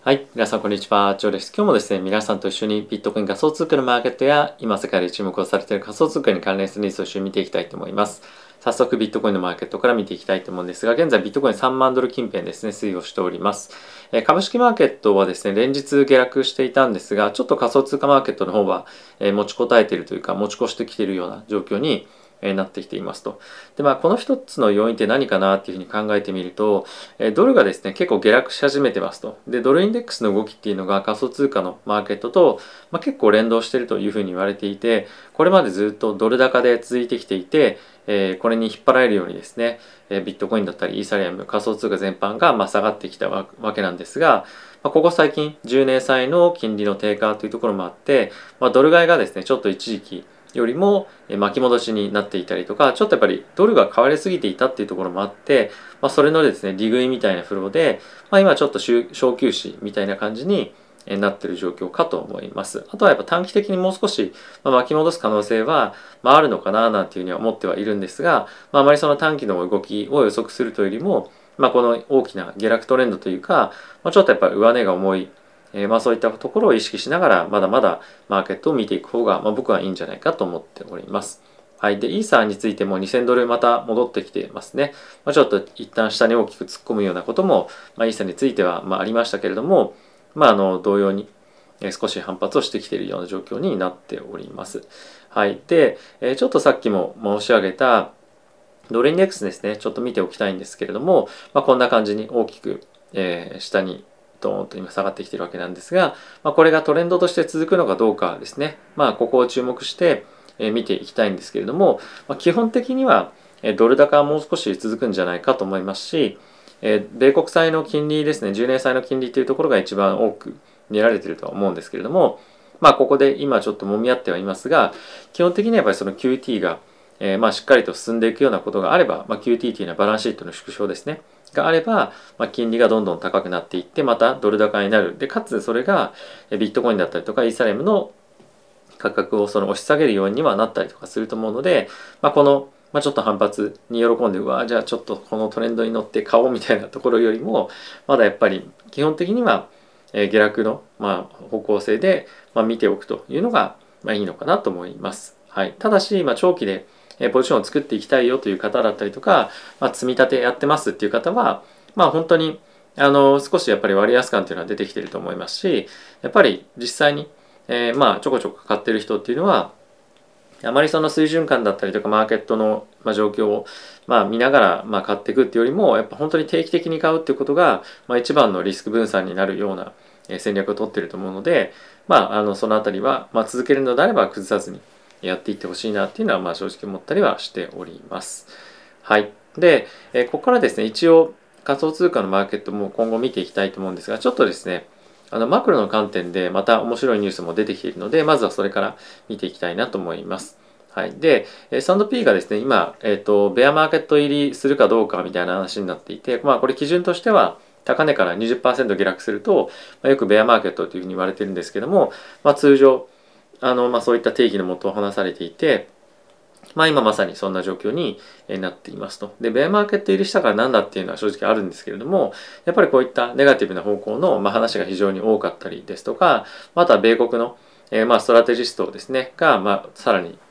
はい、皆さんこんにちは、ジョーです。今日もですね、皆さんと一緒にビットコイン仮想通貨のマーケットや今世界で注目をされている仮想通貨に関連するニュースを一緒に見ていきたいと思います。早速ビットコインのマーケットから見ていきたいと思うんですが、現在ビットコイン3万ドル近辺ですね、推移をしております。株式マーケットはですね、連日下落していたんですが、ちょっと仮想通貨マーケットの方は持ちこたえているというか、持ち越してきているような状況になってきていますと。で、この一つの要因って何かなっていうふうに考えてみると、ドルがですね、結構下落し始めてますと。で、ドルインデックスの動きっていうのが仮想通貨のマーケットと、結構連動しているというふうに言われていて、これまでずっとドル高で続いてきていて、これに引っ張られるようにですね、ビットコインだったりイーサリアム、仮想通貨全般が下がってきたわけなんですが、ここ最近10年債の金利の低下というところもあって、ドル買いがですね、ちょっと一時期よりも巻き戻しになっていたりとか、ちょっとやっぱりドルが買われすぎていたっていうところもあって、それのですね、利食いみたいなフローで、今ちょっと小休止みたいな感じになっている状況かと思います。あとはやっぱ短期的にもう少し巻き戻す可能性はあるのかななんていうふうには思ってはいるんですが、あまりその短期の動きを予測するというよりも、この大きな下落トレンドというか、ちょっとやっぱり上値が重い、そういったところを意識しながらまだまだマーケットを見ていく方が、僕はいいんじゃないかと思っております。はい。で、イーサーについても2000ドルまた戻ってきてますね。ちょっと一旦下に大きく突っ込むようなことも、イーサーについてはありましたけれども、同様に少し反発をしてきているような状況になっております。はい。で、ちょっとさっきも申し上げたドルインデックスですね、ちょっと見ておきたいんですけれども、こんな感じに大きく、下にドーンと今下がってきているわけなんですが、これがトレンドとして続くのかどうかですね、ここを注目して見ていきたいんですけれども、基本的にはドル高はもう少し続くんじゃないかと思いますし、米国債の金利ですね、10年債の金利というところが一番多く見られているとは思うんですけれども、ここで今ちょっと揉み合ってはいますが、基本的にはやっぱりその QT がしっかりと進んでいくようなことがあれば、QT というのはバランスシートの縮小ですねがあれば、金利がどんどん高くなっていってまたドル高になる。でかつそれがビットコインだったりとかイーサリアムの価格を押し下げる要因にはなったりとかすると思うので、このちょっと反発に喜んでじゃあちょっとこのトレンドに乗って買おうみたいなところよりもまだやっぱり基本的には下落の方向性で見ておくというのがいいのかなと思います。はい、ただし長期でポジションを作っていきたいよという方だったりとか、積み立てやってますっていう方は本当に少しやっぱり割安感っていうのは出てきていると思いますし、やっぱり実際にちょこちょこ買ってる人っていうのはあまりその水準感だったりとかマーケットの状況を見ながら買っていくっていうよりもやっぱ本当に定期的に買うっていうことが一番のリスク分散になるような戦略を取っていると思うので、そのあたりは続けるのであれば崩さずにやっていってほしいなっていうのは正直思ったりはしております。はい。で、ここからですね一応仮想通貨のマーケットも今後見ていきたいと思うんですが、ちょっとですねマクロの観点でまた面白いニュースも出てきているので、まずはそれから見ていきたいなと思います。はい、で、S&P がですね、今、ベアマーケット入りするかどうかみたいな話になっていて、これ基準としては、高値から 20% 下落すると、よくベアマーケットというふうに言われてるんですけども、通常、そういった定義のもと話されていて、今まさにそんな状況になっていますと。で、ベアマーケット入りしたからなんだっていうのは正直あるんですけれども、やっぱりこういったネガティブな方向の話が非常に多かったりですとか、あとは米国のストラテジストですねが、さらに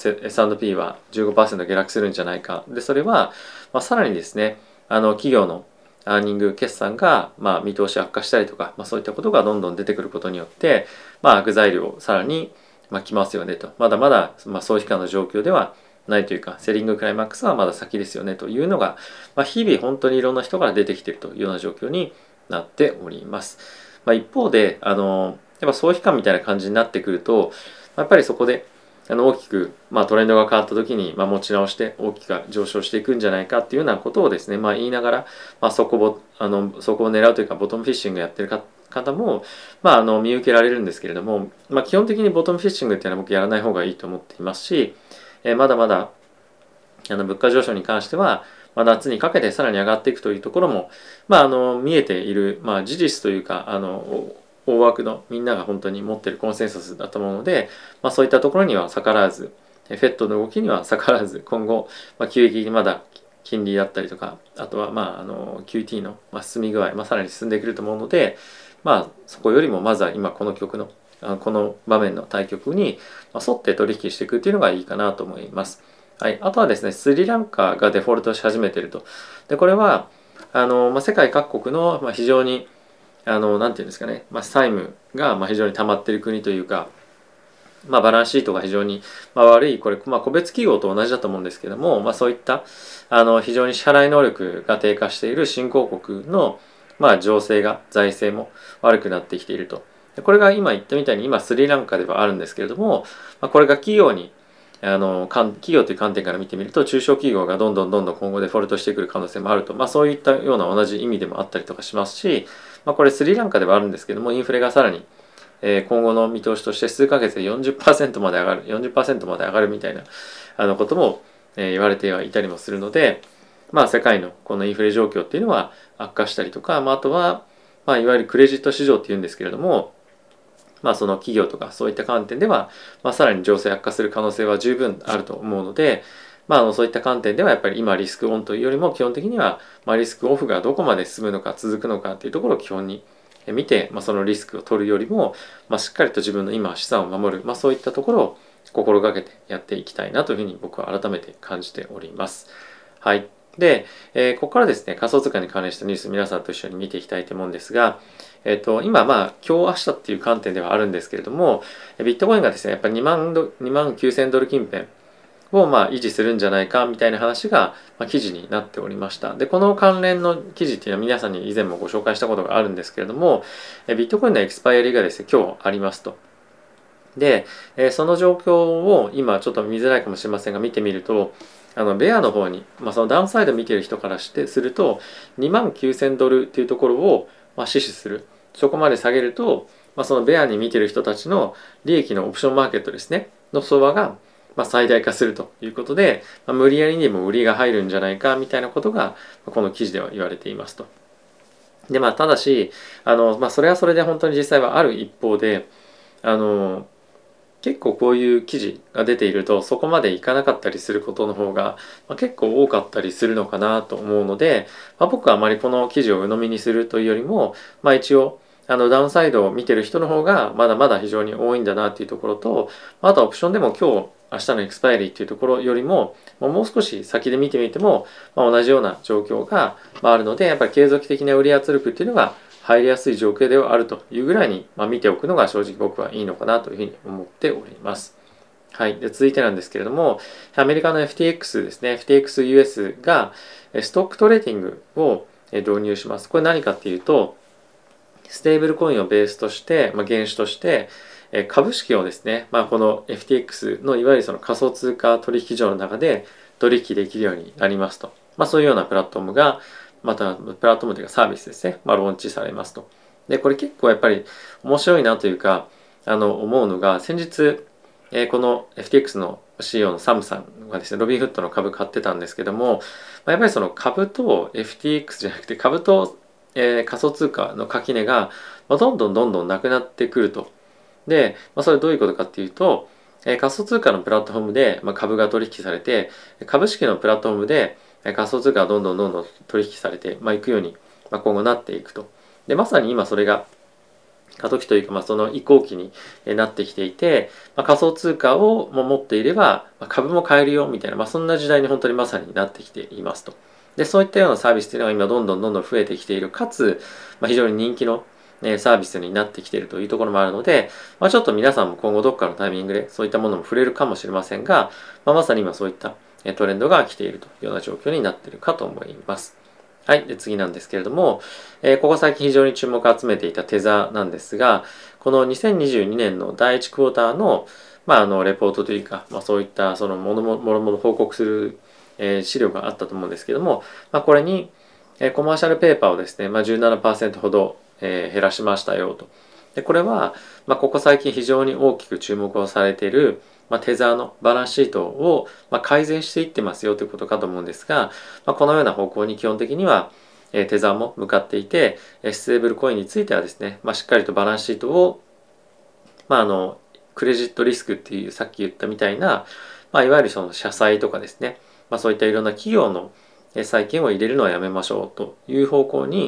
S&P は 15% 下落するんじゃないか。で、それは、さらにですね、企業のアーニング決算が、見通し悪化したりとか、そういったことがどんどん出てくることによって、悪材料をさらに来ますよねと。まだまだ、総悲観の状況ではないというか、セリングクライマックスはまだ先ですよねというのが、日々本当にいろんな人から出てきているというような状況になっております。一方で、やっぱ総悲観みたいな感じになってくると、やっぱりそこで大きく、トレンドが変わった時に、持ち直して大きく上昇していくんじゃないかっていうようなことをですね、言いながら、そこを狙うというかボトムフィッシングやってる方も、見受けられるんですけれども、基本的にボトムフィッシングっていうのは僕やらない方がいいと思っていますし、まだまだ物価上昇に関しては、夏にかけてさらに上がっていくというところも、見えている、事実というか大枠のみんなが本当に持っているコンセンサスだと思うので、そういったところには逆らわず、FED の動きには逆らわず、今後、急激にまだ金利だったりとか、あとはQT の進み具合、さらに進んでくると思うので、 そこよりもまずは今この曲のこの場面の対局に沿って取引していくっていうのがいいかなと思います。はい、あとはですね、スリランカがデフォルトし始めていると。で、これは世界各国の非常になんていうんですかね、債務が非常に溜まっている国というか、バランスシートが非常に悪い、これ、個別企業と同じだと思うんですけども、そういった非常に支払い能力が低下している新興国の情勢が財政も悪くなってきていると。これが今言ったみたいに今スリランカではあるんですけれども、これが企業に企業という観点から見てみると中小企業がどんどん今後デフォルトしてくる可能性もあると、そういったような同じ意味でもあったりとかしますし、これスリランカではあるんですけどもインフレがさらに今後の見通しとして数ヶ月で40%まで上がる40%まで上がるみたいなことも言われてはいたりもするので、世界のこのインフレ状況っていうのは悪化したりとか、あとはいわゆるクレジット市場っていうんですけれども、その企業とかそういった観点では、さらに情勢悪化する可能性は十分あると思うので、そういった観点ではやっぱり今リスクオンというよりも基本的には、リスクオフがどこまで進むのか続くのかっていうところを基本に見て、そのリスクを取るよりも、しっかりと自分の今資産を守る、そういったところを心がけてやっていきたいなというふうに僕は改めて感じております。はい。で、ここからですね、仮想通貨に関連したニュース皆さんと一緒に見ていきたいと思うんですが、今今日明日っていう観点ではあるんですけれども、ビットコインがですね、やっぱり2万9000ドル近辺を維持するんじゃないかみたいな話が記事になっておりました。で、この関連の記事っていうのは皆さんに以前もご紹介したことがあるんですけれども、ビットコインのエクスパイアリーがですね、今日ありますと。で、その状況を今ちょっと見づらいかもしれませんが見てみると、ベアの方に、そのダウンサイドを見ている人からすると2万9000ドルっていうところを死守する、そこまで下げると、そのベアに見ている人たちの利益のオプションマーケットですねの相場が最大化するということで、無理やりにも売りが入るんじゃないかみたいなことがこの記事では言われていますと。でただしそれはそれで本当に実際はある一方で結構こういう記事が出ているとそこまでいかなかったりすることの方が結構多かったりするのかなと思うので、僕はあまりこの記事を鵜呑みにするというよりも、一応ダウンサイドを見てる人の方がまだまだ非常に多いんだなっていうところと、あとはオプションでも明日のエクスパイリーっていうところよりももう少し先で見てみても同じような状況があるので、やっぱり継続的な売り圧力っていうのが入りやすい状況ではあるというぐらいに見ておくのが正直僕はいいのかなというふうに思っております。はい、で続いてなんですけれども、アメリカの FTX ですね、FTXUS がストックトレーディングを導入します。これ何かっていうと、ステーブルコインをベースとして、原資として株式をですね、この FTX のいわゆるその仮想通貨取引所の中で取引できるようになりますと。そういうようなプラットフォームが、またプラットフォームというかサービスですね、ローンチされますと。で、これ結構やっぱり面白いなというか、思うのが、先日、この FTX の CEO のサムさんがですね、ロビンフットの株買ってたんですけども、やっぱりその株と FTX じゃなくて株と、仮想通貨の垣根が、どんどんなくなってくると。で、それどういうことかっていうと、仮想通貨のプラットフォームで株が取引されて、株式のプラットフォームで仮想通貨がどんどん取引されていくように今後なっていくと。で、まさに今それが過渡期というか、その移行期になってきていて、仮想通貨を持っていれば株も買えるよみたいな、そんな時代に本当にまさになってきていますと。で、そういったようなサービスっていうのが今どんどん増えてきている、かつ、非常に人気のサービスになってきているというところもあるので、ちょっと皆さんも今後どっかのタイミングでそういったものも触れるかもしれませんが、まさに今そういったトレンドが来ているというような状況になっているかと思います。はい。で、次なんですけれども、ここ最近非常に注目を集めていたテザーなんですが、この2022年の第1クォーターの、レポートというか、そういったそのもろ報告する、資料があったと思うんですけども、これに、コマーシャルペーパーをですね、17% ほど、減らしましたよと。で、これは、ここ最近非常に大きく注目をされている、テザーのバランスシートを、改善していってますよということかと思うんですが、このような方向に基本的には、テザーも向かっていて、ステーブルコインについてはですね、しっかりとバランスシートを、クレジットリスクっていうさっき言ったみたいな、いわゆるその社債とかですね、そういったいろんな企業の債券を入れるのはやめましょうという方向に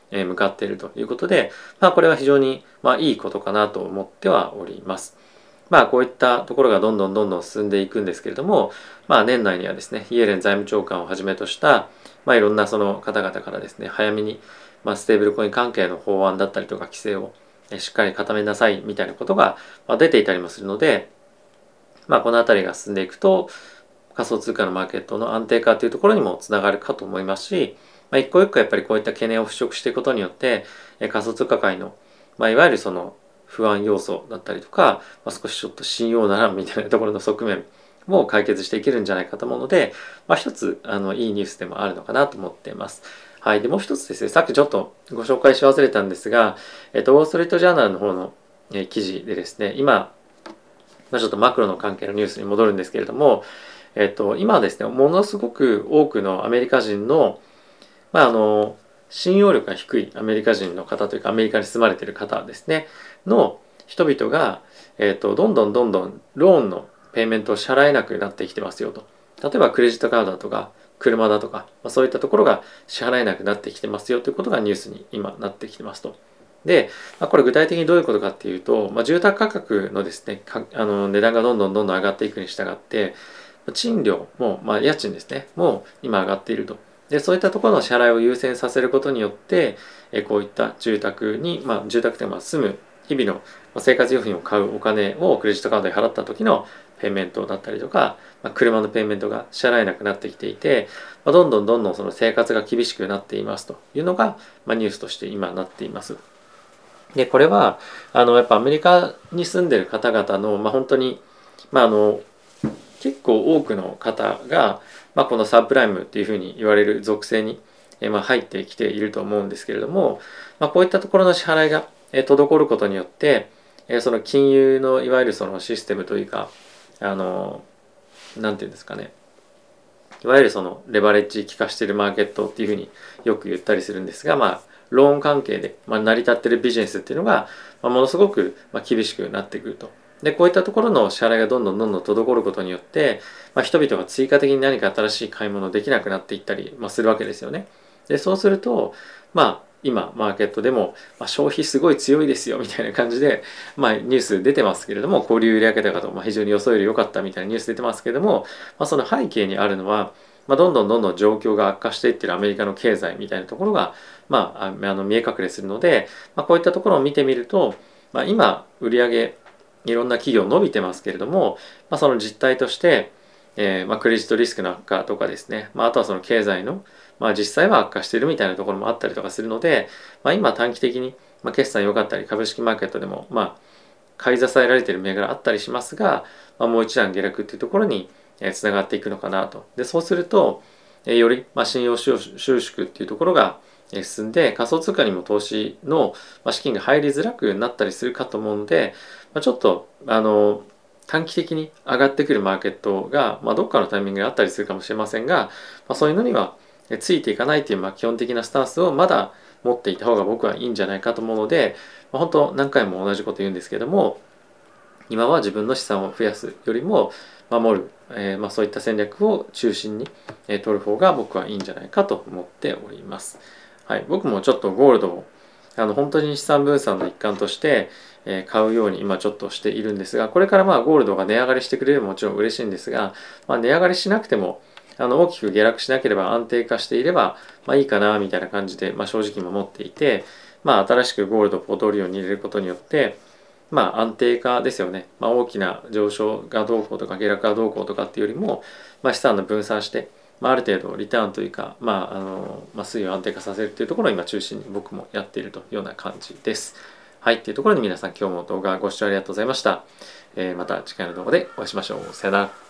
向かっているということで、これは非常にいいことかなと思ってはおります。こういったところがどんどん進んでいくんですけれども、年内にはですね、イエレン財務長官をはじめとした、いろんなその方々からですね、早めに、ステーブルコイン関係の法案だったりとか規制をしっかり固めなさいみたいなことが出ていたりもするので、この辺りが進んでいくと、仮想通貨のマーケットの安定化というところにもつながるかと思いますし、一個一個やっぱりこういった懸念を払拭していくことによって、仮想通貨界の、いわゆるその不安要素だったりとか、少しちょっと信用ならんみたいなところの側面も解決していけるんじゃないかと思うので、一ついいニュースでもあるのかなと思っています。はい。で、もう一つですね、さっきちょっとご紹介し忘れたんですが、ウォール・ストリート・ジャーナルの方の記事でですね、今、ちょっとマクロの関係のニュースに戻るんですけれども、今はですね、ものすごく多くのアメリカ人の、信用力が低いアメリカ人の方というか、アメリカに住まれている方ですね、の人々が、どんどんローンのペイメントを支払えなくなってきてますよと。例えばクレジットカードだとか、車だとか、そういったところが支払えなくなってきてますよということがニュースに今なってきてますと。で、これ具体的にどういうことかっていうと、住宅価格のですね、値段がどんどん上がっていくに従って、賃料も、家賃ですね、もう今上がっていると。で、そういったところの支払いを優先させることによって、こういった住宅に、住宅というのは住む日々の生活用品を買うお金をクレジットカードで払った時のペイメントだったりとか、車のペイメントが支払えなくなってきていて、どんどんその生活が厳しくなっていますというのが、ニュースとして今なっています。で、これは、やっぱアメリカに住んでる方々の、本当に、結構多くの方が、このサブプライムっていうふうに言われる属性に、入ってきていると思うんですけれども、こういったところの支払いが滞ることによって、その金融のいわゆるそのシステムというか、なんていうんですかね、いわゆるそのレバレッジ効かしているマーケットっていうふうによく言ったりするんですが、ローン関係で、成り立っているビジネスっていうのが、ものすごく厳しくなってくると。で、こういったところの支払いがどんどん滞ることによって、人々が追加的に何か新しい買い物できなくなっていったり、するわけですよね。で、そうすると、今マーケットでも、消費すごい強いですよみたいな感じで、ニュース出てますけれども、小売売上高と、非常に予想より良かったみたいなニュース出てますけれども、その背景にあるのは、どんどん状況が悪化していっているアメリカの経済みたいなところが、見え隠れするので、こういったところを見てみると、今売上いろんな企業伸びてますけれども、その実態として、クレジットリスクの悪化とかですね、あとはその経済の、実際は悪化しているみたいなところもあったりとかするので、今短期的に、決算良かったり株式マーケットでも、買い支えられている銘柄あったりしますが、もう一段下落っていうところにつながっていくのかなと。で、そうすると、より信用収縮っていうところが進んで、仮想通貨にも投資の資金が入りづらくなったりするかと思うので、ちょっと短期的に上がってくるマーケットが、どっかのタイミングであったりするかもしれませんが、そういうのにはついていかないという基本的なスタンスをまだ持っていた方が僕はいいんじゃないかと思うので、本当何回も同じこと言うんですけども、今は自分の資産を増やすよりも守る、そういった戦略を中心に取る方が僕はいいんじゃないかと思っております。はい、僕もちょっとゴールドを本当に資産分散の一環として買うように今ちょっとしているんですが、これからゴールドが値上がりしてくれればもちろん嬉しいんですが、値上がりしなくても大きく下落しなければ安定化していればいいかなみたいな感じで、正直今持っていて、新しくゴールドポートフォリオに入れることによって安定化ですよね。大きな上昇がどうこうとか下落がどうこうとかっていうよりも、資産の分散して、ある程度リターンというか、推移を安定化させるっていうところを今中心に僕もやっているというような感じです。はい、っていうところで皆さん今日も動画ご視聴ありがとうございました。また次回の動画でお会いしましょう。さよなら。